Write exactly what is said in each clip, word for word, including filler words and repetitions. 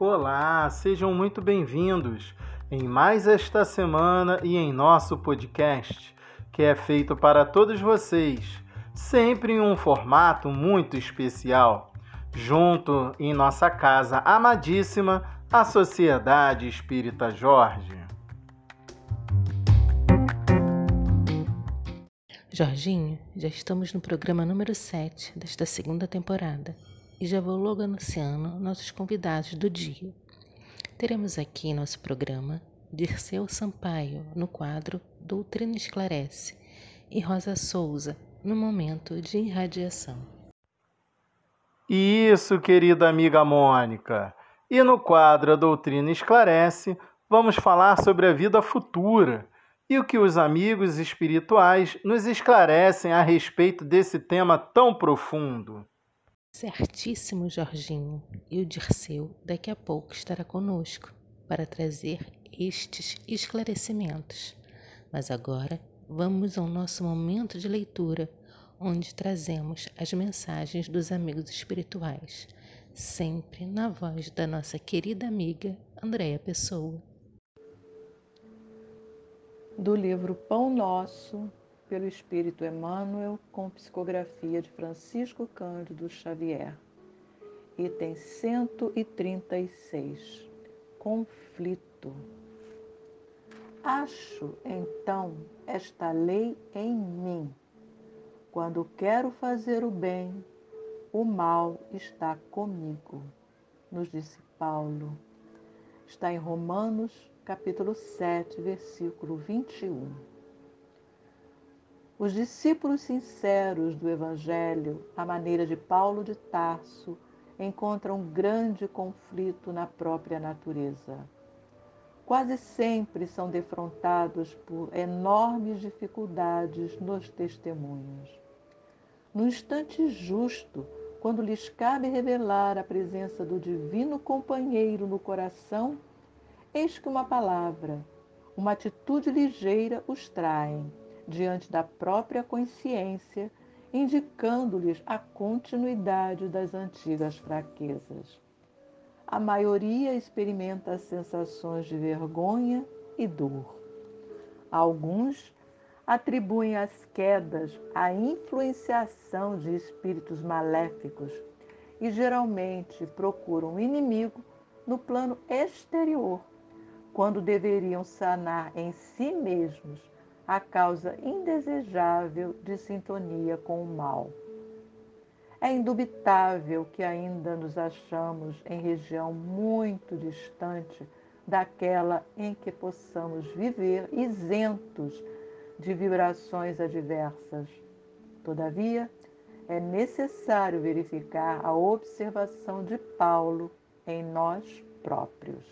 Olá, sejam muito bem-vindos em mais esta semana e em nosso podcast, que é feito para todos vocês, sempre em um formato muito especial, junto em nossa casa amadíssima, a Sociedade Espírita Jorge. Jorginho, já estamos no programa número sete desta segunda temporada e já vou logo anunciando nossos convidados do dia. Teremos aqui em nosso programa Dirceu Sampaio no quadro Doutrina Esclarece e Rosa Souza no momento de irradiação. Isso, querida amiga Mônica. E no quadro A Doutrina Esclarece, vamos falar sobre a vida futura e o que os amigos espirituais nos esclarecem a respeito desse tema tão profundo. Certíssimo, Jorginho. E o Dirceu daqui a pouco estará conosco para trazer estes esclarecimentos. Mas agora vamos ao nosso momento de leitura, onde trazemos as mensagens dos amigos espirituais, sempre na voz da nossa querida amiga Andréia Pessoa. Do livro Pão Nosso, pelo Espírito Emmanuel, com psicografia de Francisco Cândido Xavier. Item cento e trinta e seis. Conflito. Acho, então, esta lei em mim. Quando quero fazer o bem, o mal está comigo, nos disse Paulo. Está em Romanos, capítulo sete, versículo vinte e um. Os discípulos sinceros do Evangelho, à maneira de Paulo de Tarso, encontram grande conflito na própria natureza. Quase sempre são defrontados por enormes dificuldades nos testemunhos. No instante justo, quando lhes cabe revelar a presença do divino companheiro no coração, eis que uma palavra, uma atitude ligeira os traem diante da própria consciência, indicando-lhes a continuidade das antigas fraquezas. A maioria experimenta sensações de vergonha e dor. Alguns atribuem as quedas à influenciação de espíritos maléficos e geralmente procuram o inimigo no plano exterior, quando deveriam sanar em si mesmos a causa indesejável de sintonia com o mal. É indubitável que ainda nos achamos em região muito distante daquela em que possamos viver isentos de vibrações adversas. Todavia, é necessário verificar a observação de Paulo em nós próprios.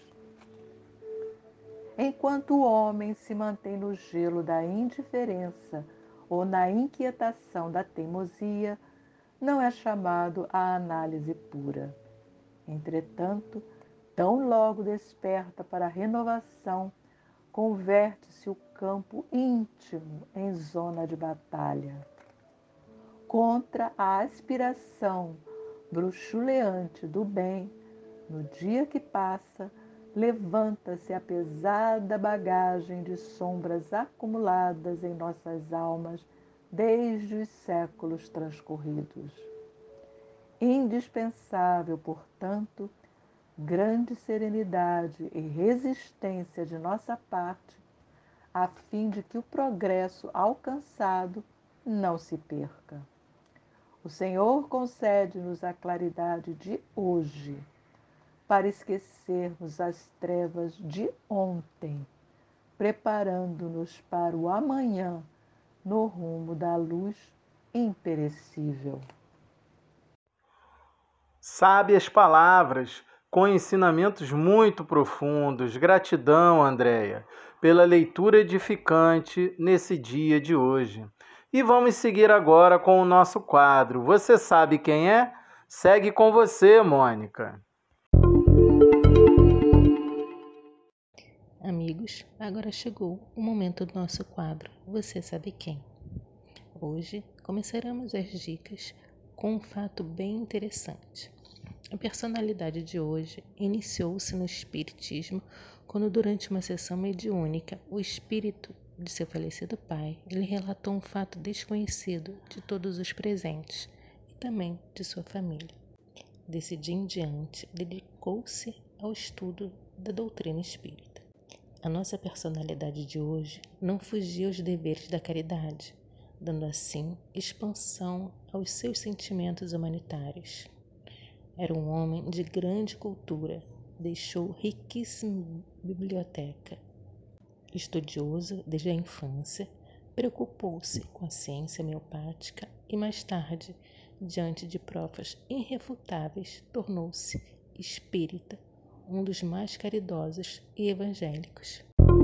Enquanto o homem se mantém no gelo da indiferença ou na inquietação da teimosia, não é chamado à análise pura. Entretanto, tão logo desperta para a renovação, converte-se o campo íntimo em zona de batalha. Contra a aspiração bruxuleante do bem, no dia que passa, levanta-se a pesada bagagem de sombras acumuladas em nossas almas desde os séculos transcorridos. Indispensável, portanto, grande serenidade e resistência de nossa parte, a fim de que o progresso alcançado não se perca. O Senhor concede-nos a claridade de hoje, para esquecermos as trevas de ontem, preparando-nos para o amanhã no rumo da luz imperecível. Sábias palavras, com ensinamentos muito profundos. Gratidão, Andréia, pela leitura edificante nesse dia de hoje. E vamos seguir agora com o nosso quadro. Você sabe quem é? Segue com você, Mônica. Amigos, agora chegou o momento do nosso quadro Você Sabe Quem? Hoje começaremos as dicas com um fato bem interessante. A personalidade de hoje iniciou-se no espiritismo quando, durante uma sessão mediúnica, o espírito de seu falecido pai lhe relatou um fato desconhecido de todos os presentes e também de sua família. Desse dia em diante, dedicou-se ao estudo da doutrina espírita. A nossa personalidade de hoje não fugia aos deveres da caridade, dando assim expansão aos seus sentimentos humanitários. Era um homem de grande cultura, deixou riquíssima biblioteca. Estudioso desde a infância, preocupou-se com a ciência homeopática e mais tarde, diante de provas irrefutáveis, tornou-se espírita, um dos mais caridosos e evangélicos.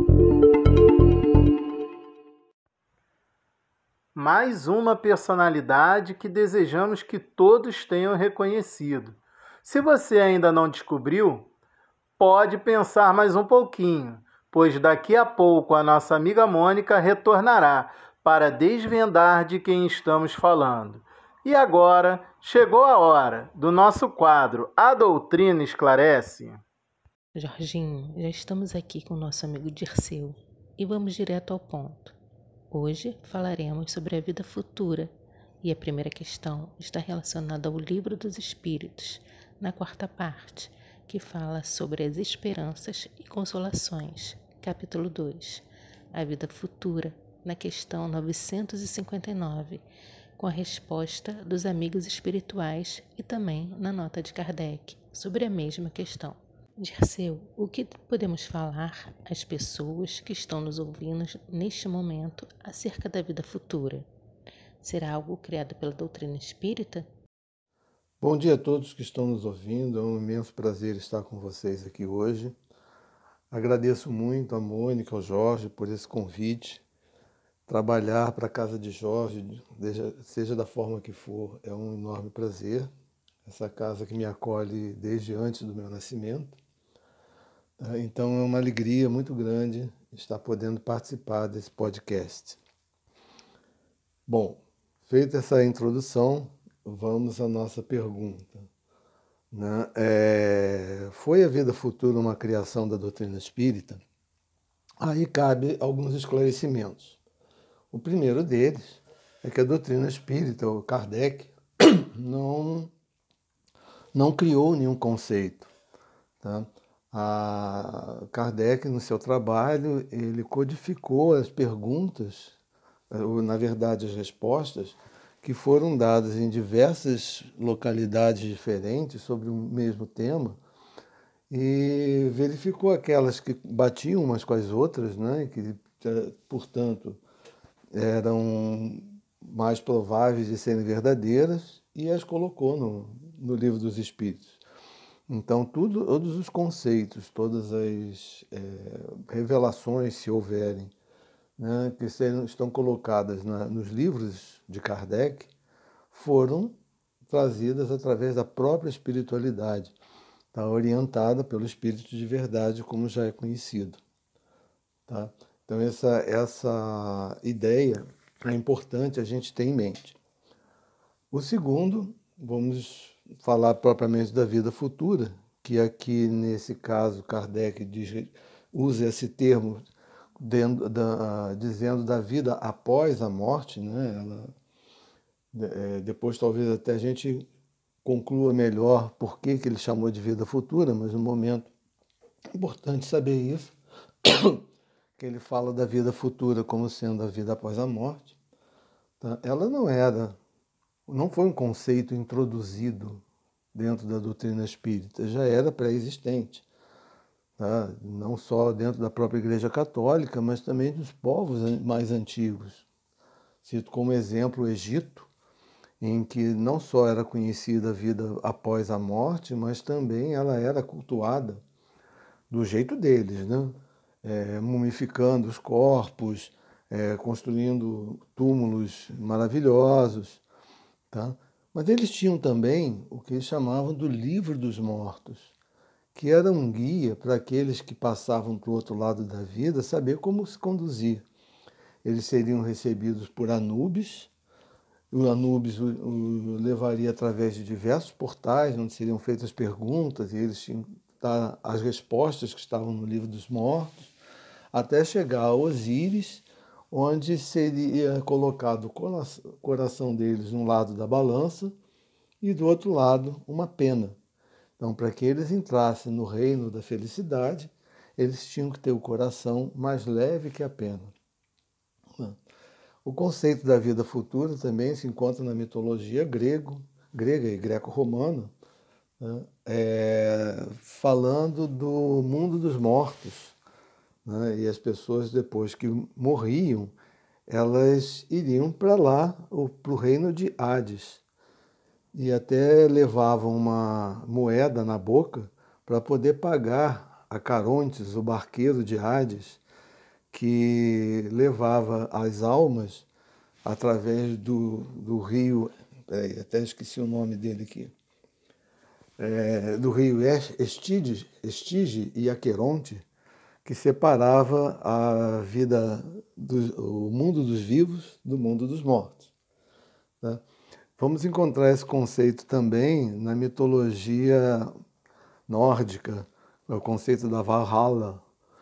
Mais uma personalidade que desejamos que todos tenham reconhecido. Se você ainda não descobriu, pode pensar mais um pouquinho, pois daqui a pouco a nossa amiga Mônica retornará para desvendar de quem estamos falando. E agora chegou a hora do nosso quadro A Doutrina Esclarece. Jorginho, já estamos aqui com o nosso amigo Dirceu e vamos direto ao ponto. Hoje falaremos sobre a vida futura e a primeira questão está relacionada ao Livro dos Espíritos, na quarta parte, que fala sobre as esperanças e consolações, capítulo dois, a vida futura, na questão novecentos e cinquenta e nove, com a resposta dos amigos espirituais e também na nota de Kardec sobre a mesma questão. Dirceu, o que podemos falar às pessoas que estão nos ouvindo neste momento acerca da vida futura? Será algo criado pela doutrina espírita? Bom dia a todos que estão nos ouvindo, é um imenso prazer estar com vocês aqui hoje. Agradeço muito a Mônica, ao Jorge por esse convite. Trabalhar para a casa de Jorge, seja da forma que for, é um enorme prazer. Essa casa que me acolhe desde antes do meu nascimento. Então é uma alegria muito grande estar podendo participar desse podcast. Bom, feita essa introdução, vamos à nossa pergunta. Né? É, foi a vida futura uma criação da doutrina espírita? Aí cabe alguns esclarecimentos. O primeiro deles é que a doutrina espírita, o Kardec, não, não criou nenhum conceito. Tá? A Kardec, no seu trabalho, ele codificou as perguntas, ou, na verdade, as respostas, que foram dadas em diversas localidades diferentes sobre o mesmo tema, e verificou aquelas que batiam umas com as outras, né, que, portanto, eram mais prováveis de serem verdadeiras, e as colocou no, no Livro dos Espíritos. Então, tudo, todos os conceitos, todas as é, revelações, se houverem, né, que serão, estão colocadas na, nos livros de Kardec, foram trazidas através da própria espiritualidade, tá, orientada pelo Espírito de Verdade, como já é conhecido. Tá? Então, essa, essa ideia é importante a gente ter em mente. O segundo, vamos falar propriamente da vida futura, que aqui, nesse caso, Kardec diz, usa esse termo dentro da, dizendo da vida após a morte, né? Ela, é, depois talvez até a gente conclua melhor por que, que ele chamou de vida futura, mas no momento é importante saber isso, que ele fala da vida futura como sendo a vida após a morte. Tá? Ela não era, não foi um conceito introduzido dentro da doutrina espírita, já era pré-existente, tá? Não só dentro da própria Igreja Católica, mas também dos povos mais antigos. Cito como exemplo o Egito, em que não só era conhecida a vida após a morte, mas também ela era cultuada do jeito deles, né? É, mumificando os corpos, é, construindo túmulos maravilhosos, tá? Mas eles tinham também o que eles chamavam do Livro dos Mortos, que era um guia para aqueles que passavam para o outro lado da vida saber como se conduzir. Eles seriam recebidos por Anubis, o Anubis o, o levaria através de diversos portais, onde seriam feitas perguntas, e eles tinham que dar as respostas que estavam no livro dos mortos, até chegar a Osíris, onde seria colocado o coração deles num lado da balança e do outro lado uma pena. Então, para que eles entrassem no reino da felicidade, eles tinham que ter o coração mais leve que a pena. O conceito da vida futura também se encontra na mitologia grego, grega e greco-romana, né, é, falando do mundo dos mortos. Né, e as pessoas, depois que morriam, elas iriam para lá, para o reino de Hades. E até levavam uma moeda na boca para poder pagar a Carontes, o barqueiro de Hades, que levava as almas através do, do rio, peraí, até esqueci o nome dele aqui, é, do rio Estige, Estige e Aqueronte, que separava a vida, do, o mundo dos vivos do mundo dos mortos. Tá? Vamos encontrar esse conceito também na mitologia nórdica, o conceito da Valhalla,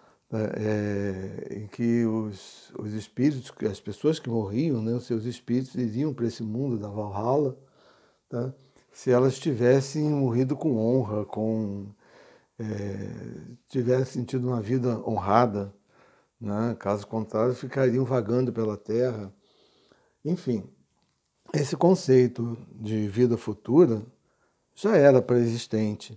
É, em que os, os espíritos, as pessoas que morriam, né, os seus espíritos iriam para esse mundo da Valhalla, tá, se elas tivessem morrido com honra, com, é, tivessem tido uma vida honrada, né, caso contrário ficariam vagando pela terra. Enfim, esse conceito de vida futura já era pré-existente,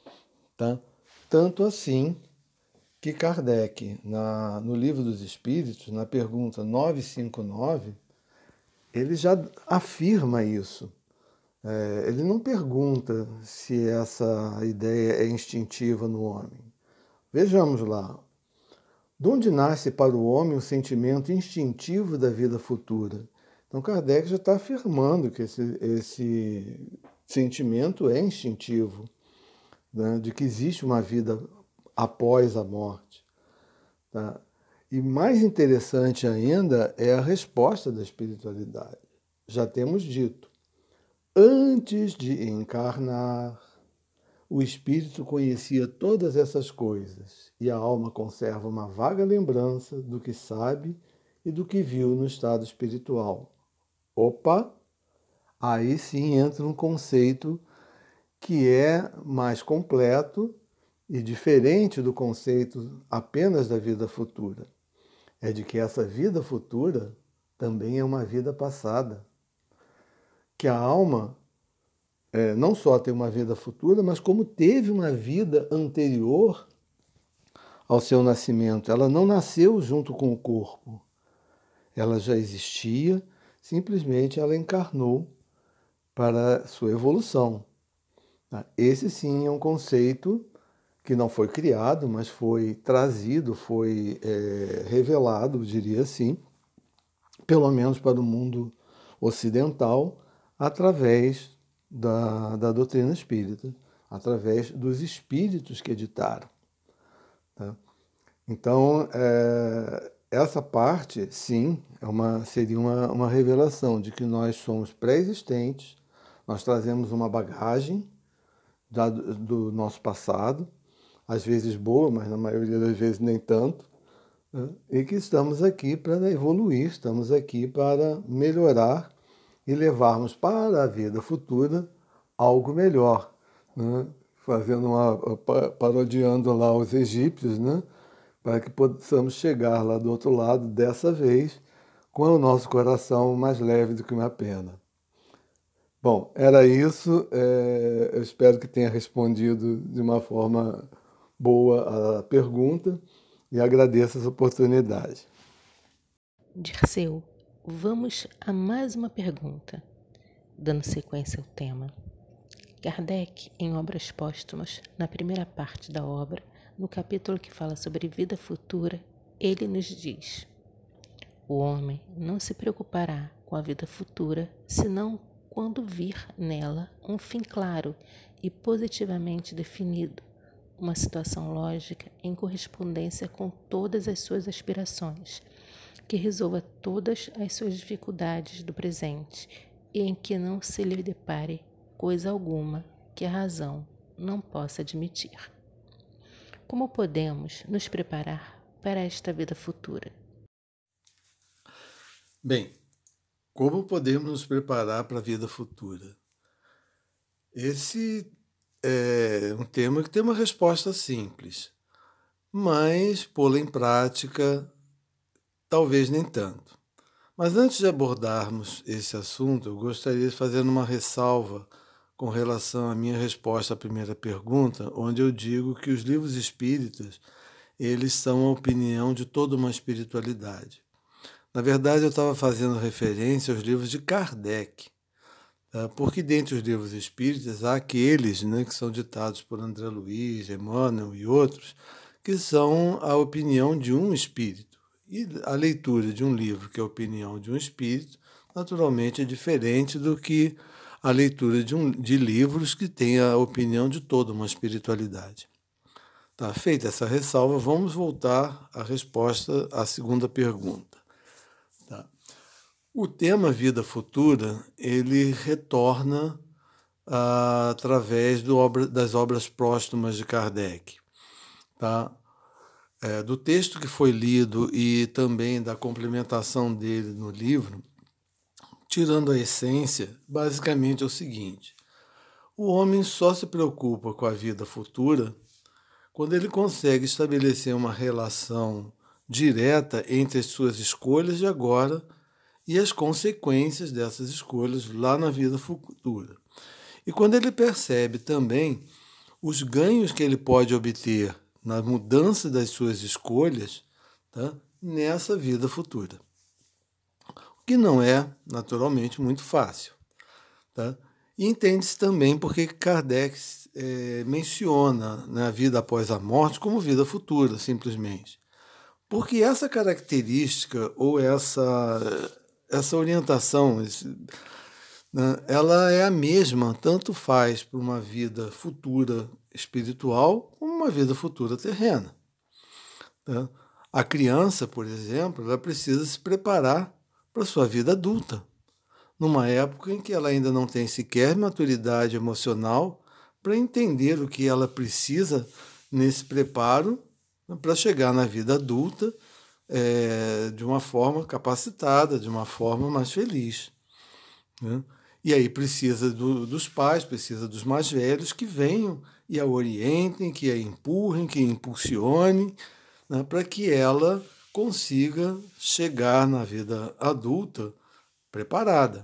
tá? Tanto assim que Kardec, na, no Livro dos Espíritos, na pergunta novecentos e cinquenta e nove, ele já afirma isso. É, ele não pergunta se essa ideia é instintiva no homem. Vejamos lá. De onde nasce para o homem o sentimento instintivo da vida futura? Então Kardec já está afirmando que esse, esse sentimento é instintivo, né, de que existe uma vida após a morte. Tá? E mais interessante ainda é a resposta da espiritualidade. Já temos dito, antes de encarnar, o espírito conhecia todas essas coisas e a alma conserva uma vaga lembrança do que sabe e do que viu no estado espiritual. Opa! Aí sim entra um conceito que é mais completo e diferente do conceito apenas da vida futura. É de que essa vida futura também é uma vida passada. Que a alma é, não só tem uma vida futura, mas como teve uma vida anterior ao seu nascimento. Ela não nasceu junto com o corpo. Ela já existia, simplesmente ela encarnou para sua evolução. Esse sim é um conceito que não foi criado, mas foi trazido, foi é, revelado, diria assim, pelo menos para o mundo ocidental, através da, da doutrina espírita, através dos espíritos que editaram. Tá? Então, é, essa parte, sim, é uma, seria uma, uma revelação de que nós somos pré-existentes, nós trazemos uma bagagem da, do nosso passado, às vezes boa, mas na maioria das vezes nem tanto, né? E que estamos aqui para evoluir, estamos aqui para melhorar e levarmos para a vida futura algo melhor, né? Fazendo uma, parodiando lá os egípcios, né? Para que possamos chegar lá do outro lado, dessa vez, com o nosso coração mais leve do que uma pena. Bom, era isso, é, eu espero que tenha respondido de uma forma boa a pergunta e agradeço essa oportunidade. Dirceu, vamos a mais uma pergunta, dando sequência ao tema. Kardec, em Obras Póstumas, na primeira parte da obra, no capítulo que fala sobre vida futura, ele nos diz: o homem não se preocupará com a vida futura, senão quando vir nela um fim claro e positivamente definido, uma situação lógica em correspondência com todas as suas aspirações, que resolva todas as suas dificuldades do presente e em que não se lhe depare coisa alguma que a razão não possa admitir. Como podemos nos preparar para esta vida futura? Bem, como podemos nos preparar para a vida futura? Esse é um tema que tem uma resposta simples, mas pô-la em prática, talvez nem tanto. Mas antes de abordarmos esse assunto, eu gostaria de fazer uma ressalva com relação à minha resposta à primeira pergunta, onde eu digo que os livros espíritas, eles são a opinião de toda uma espiritualidade. Na verdade, eu estava fazendo referência aos livros de Kardec, tá? Porque dentre os livros espíritas há aqueles, né, que são ditados por André Luiz, Emmanuel e outros, que são a opinião de um espírito. E a leitura de um livro que é a opinião de um espírito, naturalmente é diferente do que a leitura de, um, de livros que têm a opinião de toda uma espiritualidade. Tá, feita essa ressalva, vamos voltar à resposta à segunda pergunta. Tá. O tema vida futura, ele retorna ah, através do obra, das obras póstumas de Kardec. Tá? É, do texto que foi lido e também da complementação dele no livro, tirando a essência, basicamente é o seguinte: o homem só se preocupa com a vida futura quando ele consegue estabelecer uma relação direta entre as suas escolhas de agora e as consequências dessas escolhas lá na vida futura. E quando ele percebe também os ganhos que ele pode obter na mudança das suas escolhas, tá, nessa vida futura. O que não é, naturalmente, muito fácil. Tá? E entende-se também porque Kardec é, menciona, né, a vida após a morte como vida futura, simplesmente. Porque essa característica ou essa, essa orientação, esse, né, ela é a mesma, tanto faz para uma vida futura espiritual como uma vida futura terrena. Tá? A criança, por exemplo, ela precisa se preparar para a sua vida adulta, numa época em que ela ainda não tem sequer maturidade emocional para entender o que ela precisa nesse preparo para chegar na vida adulta é, de uma forma capacitada, de uma forma mais feliz. Né? E aí precisa do, dos pais, precisa dos mais velhos que venham e a orientem, que a empurrem, que a impulsionem, né, para que ela consiga chegar na vida adulta preparada.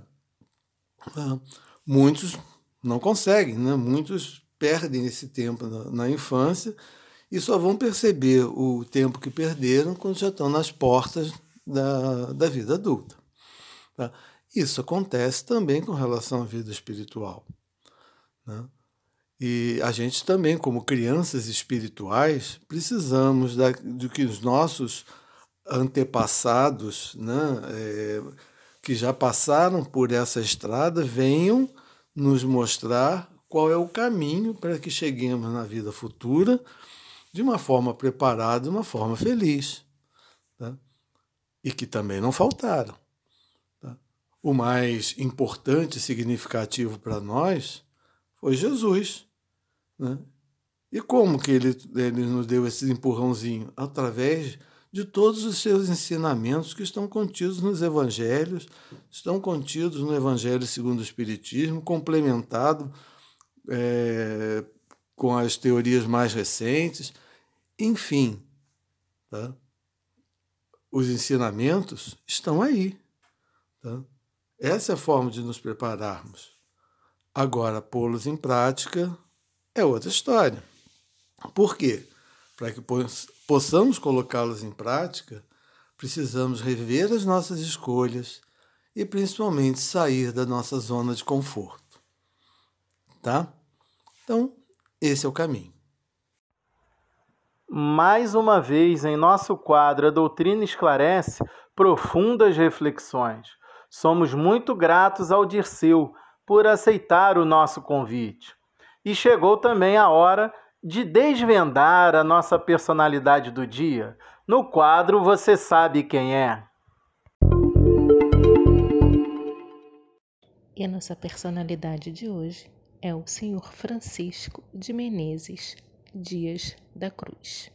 Muitos não conseguem, né? Muitos perdem esse tempo na, na infância e só vão perceber o tempo que perderam quando já estão nas portas da, da vida adulta. Tá? Isso acontece também com relação à vida espiritual. Né? E a gente também, como crianças espirituais, precisamos da, de que os nossos antepassados, né, é, que já passaram por essa estrada, venham nos mostrar qual é o caminho para que cheguemos na vida futura de uma forma preparada, de uma forma feliz. Tá? E que também não faltaram. Tá? O mais importante e significativo para nós foi Jesus. Né? E como que ele, ele nos deu esse empurrãozinho? Através de todos os seus ensinamentos que estão contidos nos evangelhos, estão contidos no Evangelho segundo o Espiritismo, complementado é, com as teorias mais recentes. Enfim, tá? Os ensinamentos estão aí. Tá? Essa é a forma de nos prepararmos. Agora, pô-los em prática é outra história. Por quê? Para que possamos colocá-los em prática, precisamos rever as nossas escolhas e, principalmente, sair da nossa zona de conforto. Tá? Então, esse é o caminho. Mais uma vez, em nosso quadro A Doutrina Esclarece, profundas reflexões. Somos muito gratos ao Dirceu por aceitar o nosso convite. E chegou também a hora de desvendar a nossa personalidade do dia. No quadro Você Sabe Quem É? E a nossa personalidade de hoje é o senhor Francisco de Menezes Dias da Cruz.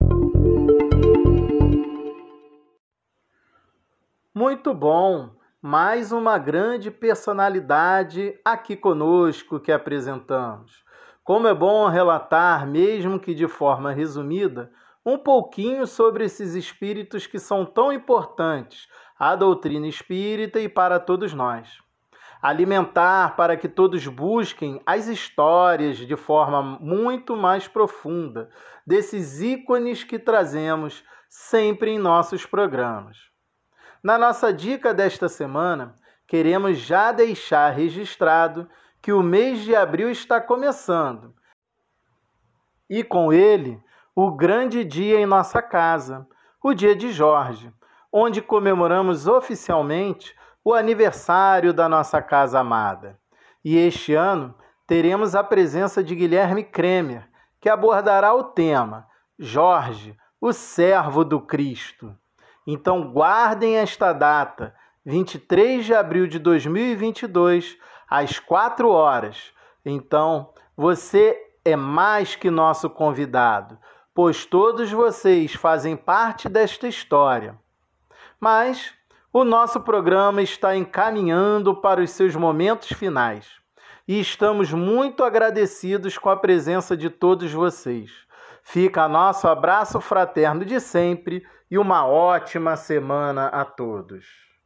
Muito bom! Mais uma grande personalidade aqui conosco que apresentamos. Como é bom relatar, mesmo que de forma resumida, um pouquinho sobre esses espíritos que são tão importantes à doutrina espírita e para todos nós. Alimentar para que todos busquem as histórias de forma muito mais profunda desses ícones que trazemos sempre em nossos programas. Na nossa dica desta semana, queremos já deixar registrado que o mês de abril está começando e com ele o grande dia em nossa casa, o Dia de Jorge, onde comemoramos oficialmente o aniversário da nossa casa amada. E este ano teremos a presença de Guilherme Kremer, que abordará o tema Jorge, o servo do Cristo. Então guardem esta data, vinte e três de abril de dois mil e vinte e dois, às quatro horas. Então, você é mais que nosso convidado, pois todos vocês fazem parte desta história. Mas o nosso programa está encaminhando para os seus momentos finais e estamos muito agradecidos com a presença de todos vocês. Fica nosso abraço fraterno de sempre e uma ótima semana a todos.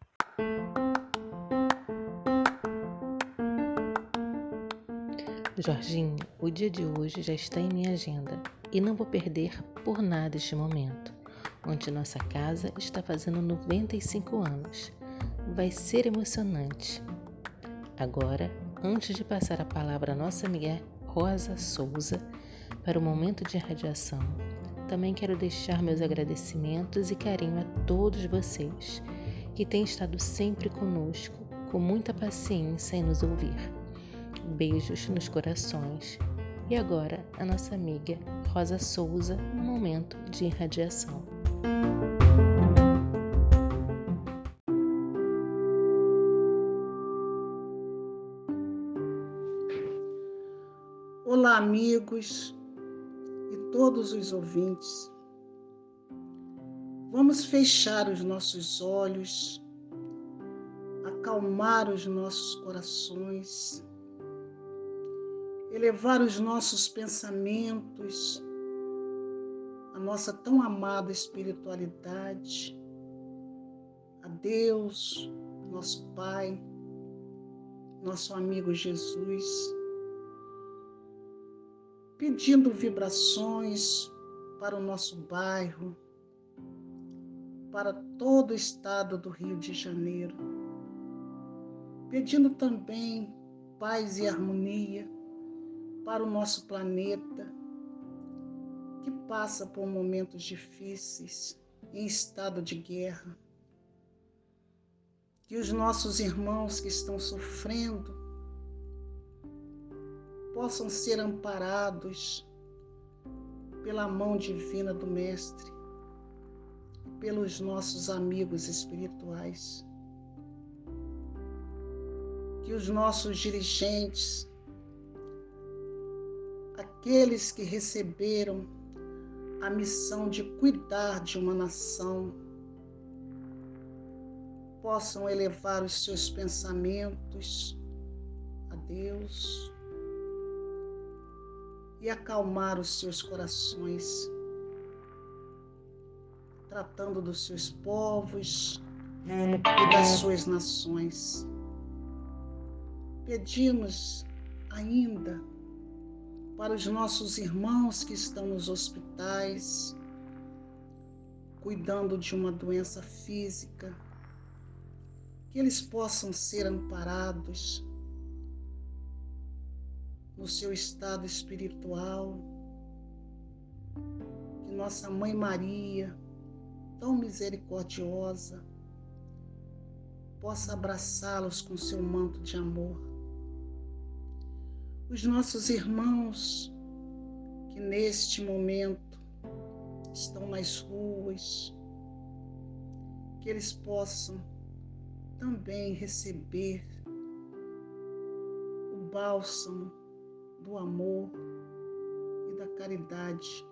Jorginho, o dia de hoje já está em minha agenda e não vou perder por nada este momento, onde nossa casa está fazendo noventa e cinco anos. Vai ser emocionante. Agora, antes de passar a palavra à nossa amiga Rosa Souza para o momento de irradiação, também quero deixar meus agradecimentos e carinho a todos vocês que têm estado sempre conosco, com muita paciência em nos ouvir. Beijos nos corações. E agora, a nossa amiga Rosa Souza, no momento de irradiação. Olá, amigos e todos os ouvintes. Vamos fechar os nossos olhos, acalmar os nossos corações, elevar os nossos pensamentos à nossa tão amada espiritualidade, a Deus, nosso Pai, nosso amigo Jesus, pedindo vibrações para o nosso bairro, para todo o estado do Rio de Janeiro, pedindo também paz e harmonia para o nosso planeta, que passa por momentos difíceis, em estado de guerra. Que os nossos irmãos que estão sofrendo possam ser amparados pela mão divina do Mestre, pelos nossos amigos espirituais. Que os nossos dirigentes, aqueles que receberam a missão de cuidar de uma nação, possam elevar os seus pensamentos a Deus e acalmar os seus corações, tratando dos seus povos e das suas nações. Pedimos ainda para os nossos irmãos que estão nos hospitais, cuidando de uma doença física, que eles possam ser amparados no seu estado espiritual, que nossa Mãe Maria, tão misericordiosa, possa abraçá-los com seu manto de amor. Os nossos irmãos que neste momento estão nas ruas, que eles possam também receber bálsamo do amor e da caridade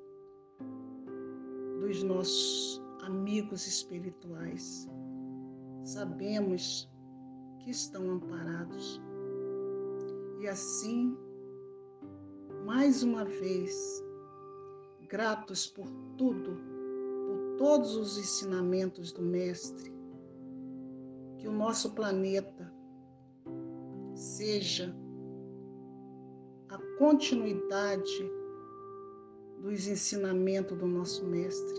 dos nossos amigos espirituais. Sabemos que estão amparados. E assim, mais uma vez, gratos por tudo, por todos os ensinamentos do Mestre, que o nosso planeta seja a continuidade dos ensinamentos do nosso Mestre,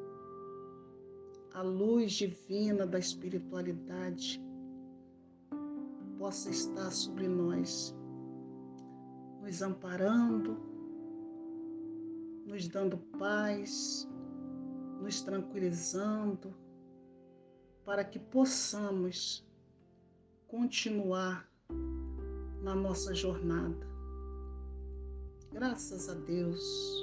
a luz divina da espiritualidade possa estar sobre nós, nos amparando, nos dando paz, nos tranquilizando, para que possamos continuar na nossa jornada. Graças a Deus.